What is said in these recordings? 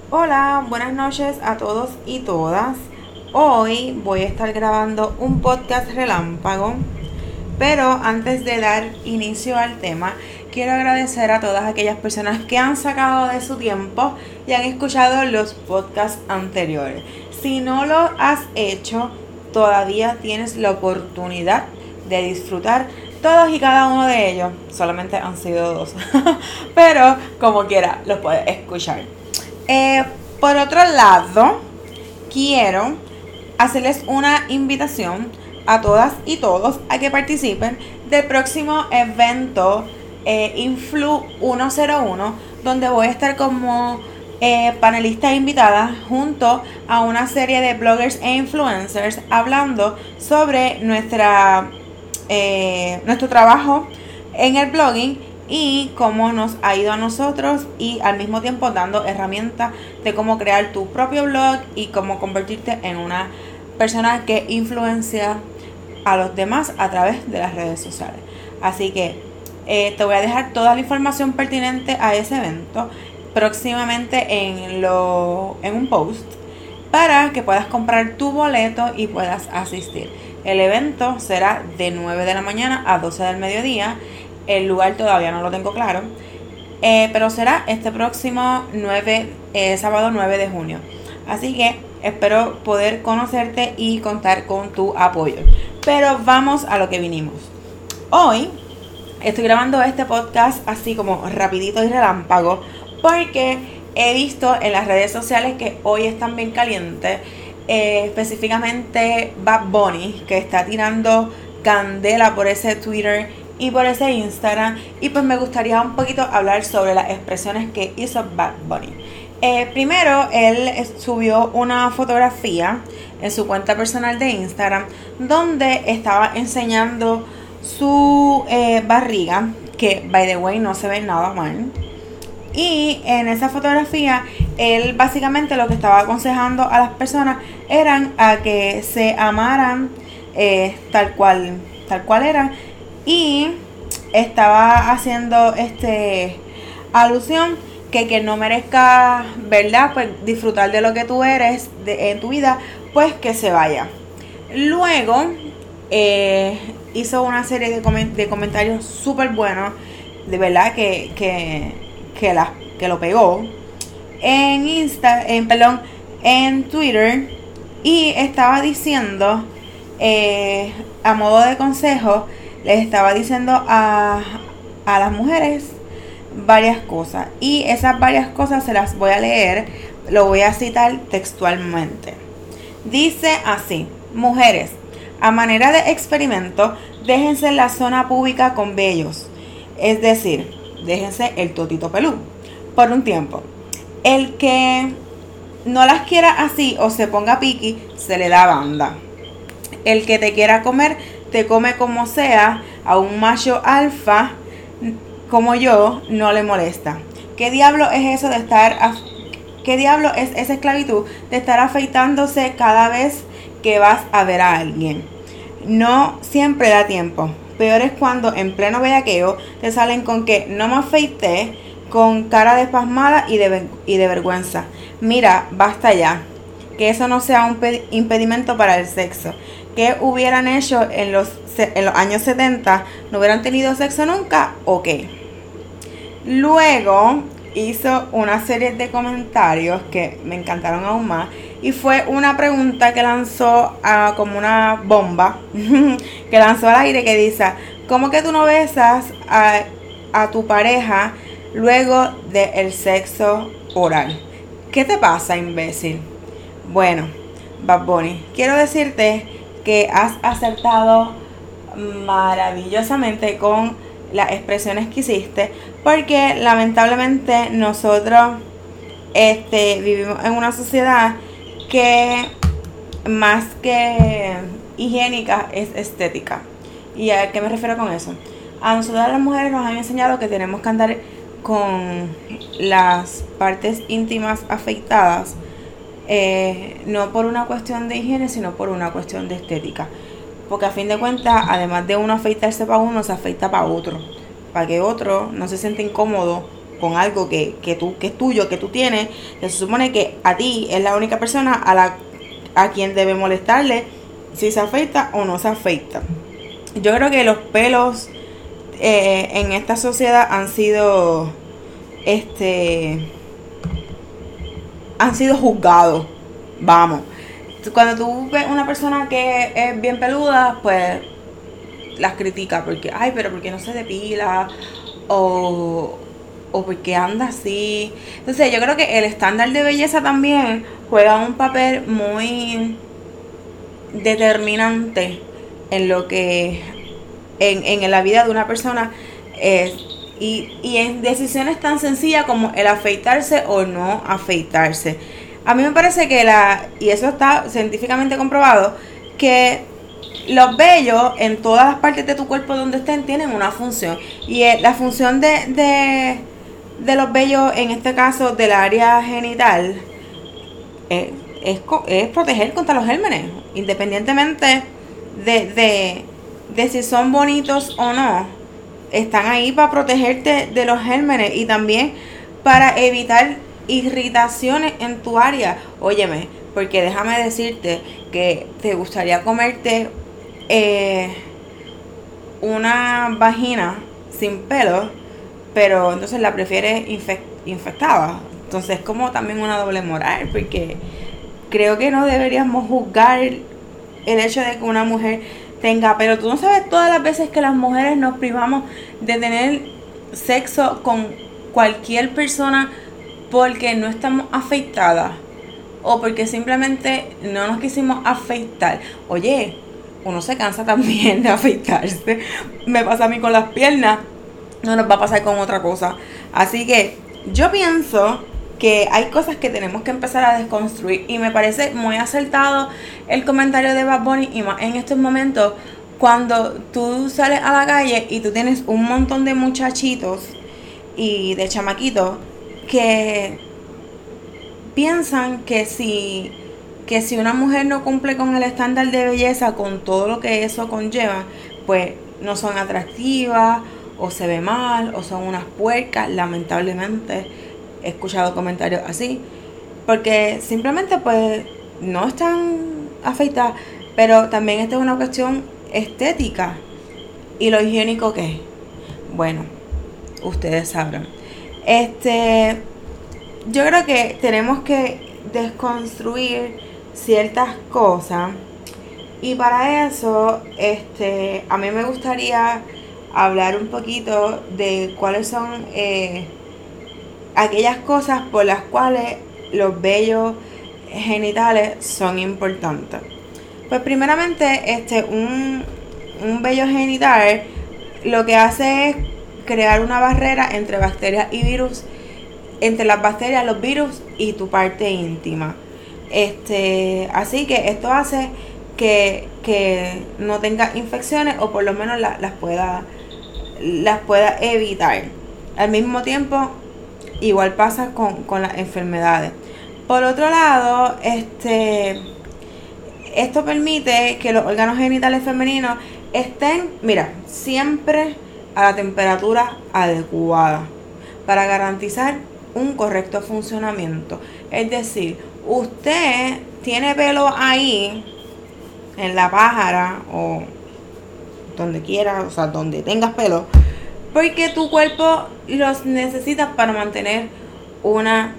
Hola, buenas noches a todos y todas. Hoy voy a estar grabando un podcast relámpago, pero antes de dar inicio al tema, quiero agradecer a todas aquellas personas que han sacado de su tiempo y han escuchado los podcasts anteriores. Si no lo has hecho, todavía tienes la oportunidad de disfrutar todos y cada uno de ellos. Solamente han sido dos, pero como quiera, los puedes escuchar. Por otro lado, quiero hacerles una invitación a todas y todos a que participen del próximo evento Influ 101, donde voy a estar como panelista invitada junto a una serie de bloggers e influencers hablando sobre nuestro trabajo en el blogging y cómo nos ha ido a nosotros, y al mismo tiempo dando herramientas de cómo crear tu propio blog y cómo convertirte en una persona que influencia a los demás a través de las redes sociales. Así que te voy a dejar toda la información pertinente a ese evento próximamente en un post para que puedas comprar tu boleto y puedas asistir. El evento será de 9 de la mañana a 12 del mediodía. El lugar todavía no lo tengo claro, pero será este próximo sábado 9 de junio. Así que espero poder conocerte y contar con tu apoyo. Pero vamos a lo que vinimos. Hoy estoy grabando este podcast así como rapidito y relámpago porque he visto en las redes sociales que hoy están bien calientes. Específicamente Bad Bunny, que está tirando candela por ese Twitter y por ese Instagram, y pues me gustaría un poquito hablar sobre las expresiones que hizo Bad Bunny. Primero, él subió una fotografía en su cuenta personal de Instagram donde estaba enseñando su barriga, que by the way no se ve nada mal. Y en esa fotografía él básicamente lo que estaba aconsejando a las personas eran a que se amaran tal cual eran, y estaba haciendo alusión que no merezca, ¿verdad? Pues disfrutar de lo que tú eres en tu vida, pues que se vaya. Luego hizo una serie de comentarios súper buenos, de verdad que lo pegó en Twitter, y estaba diciendo a modo de consejo, les estaba diciendo a las mujeres varias cosas, y esas varias cosas se las voy a leer, lo voy a citar textualmente. Dice así: mujeres, a manera de experimento, déjense en la zona pública con vellos, es decir, déjense el totito pelú por un tiempo. El que no las quiera así o se ponga piqui, se le da banda. El que te quiera comer, te come como sea. A un macho alfa como yo no le molesta. ¿Qué diablo es eso de qué diablo es esa esclavitud de estar afeitándose cada vez que vas a ver a alguien? No siempre da tiempo. Peor es cuando en pleno bellaqueo te salen con que no me afeité, con cara de pasmada y de vergüenza. Mira, basta ya. Que eso no sea un impedimento para el sexo. ¿Qué hubieran hecho en los años 70? ¿No hubieran tenido sexo nunca o qué? Luego hizo una serie de comentarios que me encantaron aún más, y fue una pregunta que lanzó como una bomba que lanzó al aire, que dice: ¿cómo que tú no besas a tu pareja luego del sexo oral? ¿Qué te pasa, imbécil? Bueno, Bad Bunny, quiero decirte que has acertado maravillosamente con las expresiones que hiciste, porque lamentablemente nosotros vivimos en una sociedad que más que higiénica es estética. ¿Y a qué me refiero con eso? A nosotras las mujeres nos han enseñado que tenemos que andar con las partes íntimas afeitadas, no por una cuestión de higiene, sino por una cuestión de estética. Porque a fin de cuentas, además de uno afeitarse para uno, se afeita para otro. Para que otro no se sienta incómodo con algo que es tuyo, que tú tienes, se supone que a ti es la única persona a quien debe molestarle si se afeita o no se afeita. Yo creo que los pelos en esta sociedad han sido juzgados. Vamos, cuando tú ves una persona que es bien peluda, pues las critica porque, ay, pero ¿por qué no se depila? O porque anda así. Entonces yo creo que el estándar de belleza también juega un papel muy determinante en lo que en la vida de una persona y en decisiones tan sencillas como el afeitarse o no afeitarse. A mí me parece que y eso está científicamente comprobado, que los vellos en todas las partes de tu cuerpo donde estén tienen una función. Y la función de los vellos, en este caso del área genital, es proteger contra los gérmenes, independientemente de si son bonitos o no. Están ahí para protegerte de los gérmenes y también para evitar irritaciones en tu área. Óyeme, porque déjame decirte que te gustaría comerte una vagina sin pelo, pero entonces la prefieres infectada. Entonces es como también una doble moral, porque creo que no deberíamos juzgar el hecho de que una mujer tenga pelo. Tú no sabes todas las veces que las mujeres nos privamos de tener sexo con cualquier persona porque no estamos afeitadas o porque simplemente no nos quisimos afeitar. Oye, uno se cansa también de afeitarse. Me pasa a mí con las piernas, no nos va a pasar con otra cosa. Así que yo pienso que hay cosas que tenemos que empezar a desconstruir, y me parece muy acertado el comentario de Bad Bunny, y más en estos momentos cuando tú sales a la calle y tú tienes un montón de muchachitos y de chamaquitos que piensan que si una mujer no cumple con el estándar de belleza, con todo lo que eso conlleva, pues no son atractivas, o se ve mal, o son unas puercas. Lamentablemente he escuchado comentarios así, porque simplemente pues no están afeitadas. Pero también esta es una cuestión estética. ¿Y lo higiénico qué es? Bueno, ustedes sabrán. Yo creo que tenemos que desconstruir ciertas cosas, y para eso a mí me gustaría hablar un poquito de cuáles son aquellas cosas por las cuales los vellos genitales son importantes. Pues primeramente, un vello genital lo que hace es crear una barrera entre bacterias y virus, entre las bacterias, los virus y tu parte íntima. Así que esto hace que no tengas infecciones, o por lo menos las pueda evitar. Al mismo tiempo, igual pasa con las enfermedades. Por otro lado, esto permite que los órganos genitales femeninos estén, siempre a la temperatura adecuada para garantizar un correcto funcionamiento. Es decir, usted tiene pelo ahí en la pájara o donde quiera, o sea, donde tengas pelo, porque tu cuerpo los necesitas para mantener una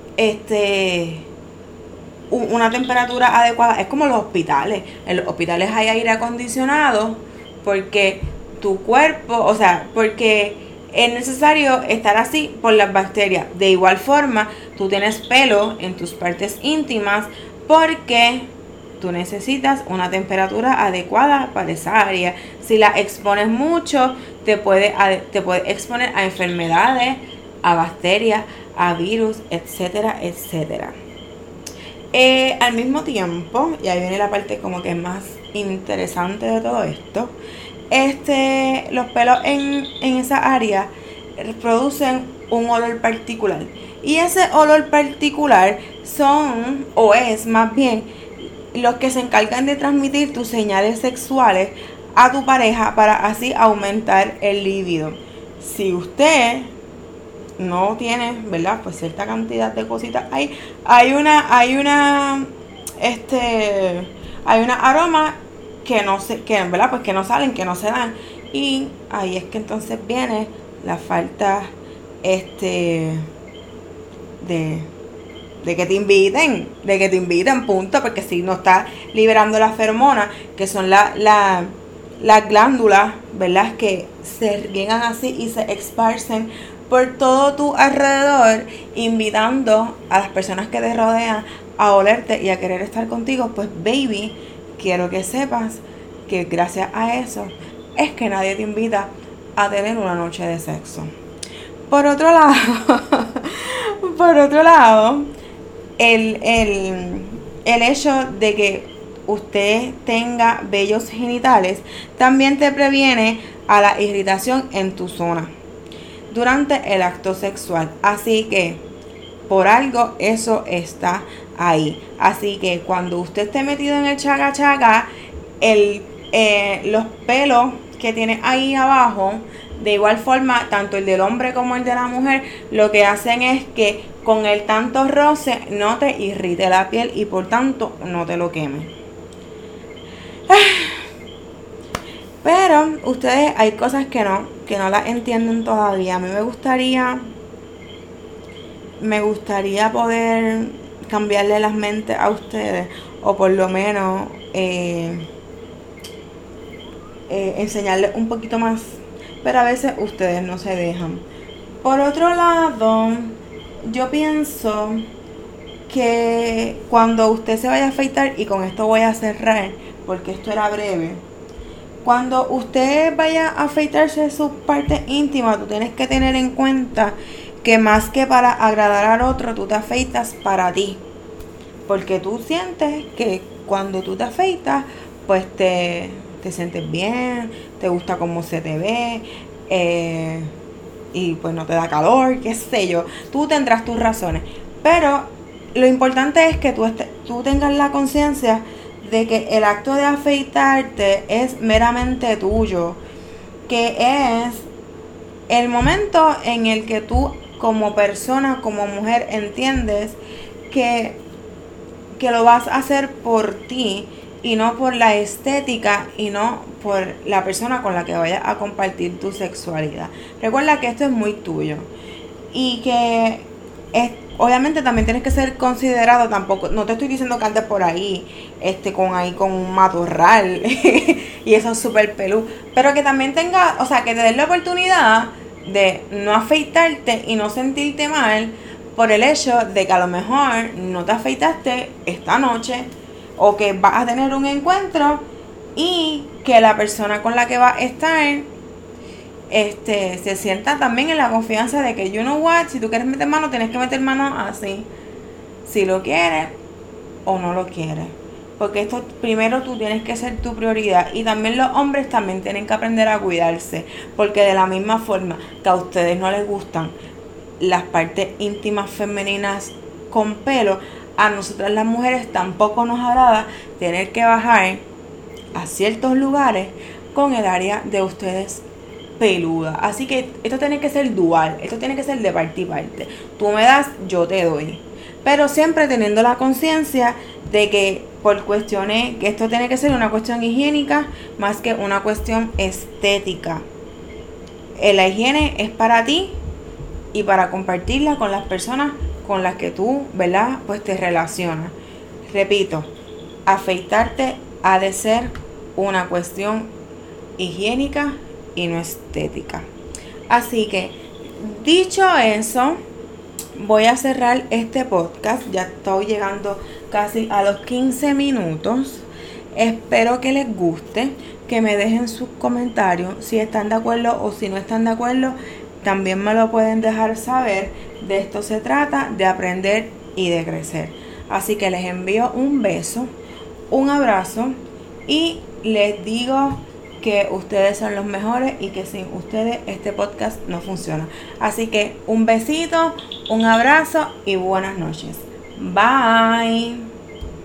temperatura adecuada. Es como los hospitales. En los hospitales hay aire acondicionado porque tu cuerpo, o sea, porque es necesario estar así por las bacterias. De igual forma, tú tienes pelo en tus partes íntimas porque tú necesitas una temperatura adecuada para esa área. Si la expones mucho, te puede exponer a enfermedades, a bacterias, a virus, etcétera, etcétera. Al mismo tiempo, y ahí viene la parte como que más interesante de todo esto, los pelos en esa área producen un olor particular, y ese olor particular es más bien los que se encargan de transmitir tus señales sexuales a tu pareja para así aumentar el líbido. Si usted no tiene, ¿verdad? Pues cierta cantidad de cositas ahí. Hay una aroma que no se, que, ¿verdad? Pues que no salen, que no se dan. Y ahí es que entonces viene la falta de que te inviten, punto, porque si no estás liberando las feromonas, que son las glándulas, ¿verdad? Que se riegan así y se esparcen por todo tu alrededor, invitando a las personas que te rodean a olerte y a querer estar contigo. Pues baby, quiero que sepas que gracias a eso es que nadie te invita a tener una noche de sexo. Por otro lado, el hecho de que usted tenga vellos genitales también te previene a la irritación en tu zona durante el acto sexual. Así que por algo eso está ahí. Así que cuando usted esté metido en el chaga chaga, los pelos que tiene ahí abajo, de igual forma, tanto el del hombre como el de la mujer, lo que hacen es que con el tanto roce no te irrite la piel y por tanto no te lo queme. Pero ustedes hay cosas que no las entienden todavía. A mí me gustaría poder cambiarle las mentes a ustedes, o por lo menos enseñarles un poquito más, pero a veces ustedes no se dejan. Por otro lado, yo pienso que cuando usted se vaya a afeitar, y con esto voy a cerrar porque esto era breve, cuando usted vaya a afeitarse sus partes íntimas, tú tienes que tener en cuenta que más que para agradar al otro, tú te afeitas para ti, porque tú sientes que cuando tú te afeitas, pues te sientes bien, te gusta cómo se te ve, y pues no te da calor, qué sé yo. Tú tendrás tus razones, pero lo importante es que tú tengas la conciencia de que el acto de afeitarte es meramente tuyo, que es el momento en el que tú como persona, como mujer, entiendes que lo vas a hacer por ti y no por la estética y no por la persona con la que vayas a compartir tu sexualidad. Recuerda que esto es muy tuyo y que obviamente también tienes que ser considerado. Tampoco, no te estoy diciendo que andes por ahí con un matorral y eso es súper pelú, pero que también tenga, o sea, que te des la oportunidad de no afeitarte y no sentirte mal por el hecho de que a lo mejor no te afeitaste esta noche, o que vas a tener un encuentro y que la persona con la que vas a estar se sienta también en la confianza de que, you know what, si tú quieres meter mano, tienes que meter mano así, si lo quieres o no lo quieres, porque esto primero tú tienes que ser tu prioridad. Y también los hombres también tienen que aprender a cuidarse, porque de la misma forma que a ustedes no les gustan las partes íntimas femeninas con pelo, a nosotras las mujeres tampoco nos agrada tener que bajar a ciertos lugares con el área de ustedes peluda. Así que esto tiene que ser dual, esto tiene que ser de parte y parte. Tú me das, yo te doy, pero siempre teniendo la conciencia de que por cuestiones, que esto tiene que ser una cuestión higiénica más que una cuestión estética. La higiene es para ti y para compartirla con las personas con las que tú, ¿verdad?, pues te relacionas. Repito, afeitarte ha de ser una cuestión higiénica y no estética. Así que, dicho eso, voy a cerrar este podcast. Ya estoy llegando casi a los 15 minutos. Espero que les guste, que me dejen sus comentarios. Si están de acuerdo o si no están de acuerdo, también me lo pueden dejar saber. De esto se trata, de aprender y de crecer. Así que les envío un beso, un abrazo y les digo que ustedes son los mejores y que sin ustedes este podcast no funciona. Así que un besito, un abrazo y buenas noches. Bye.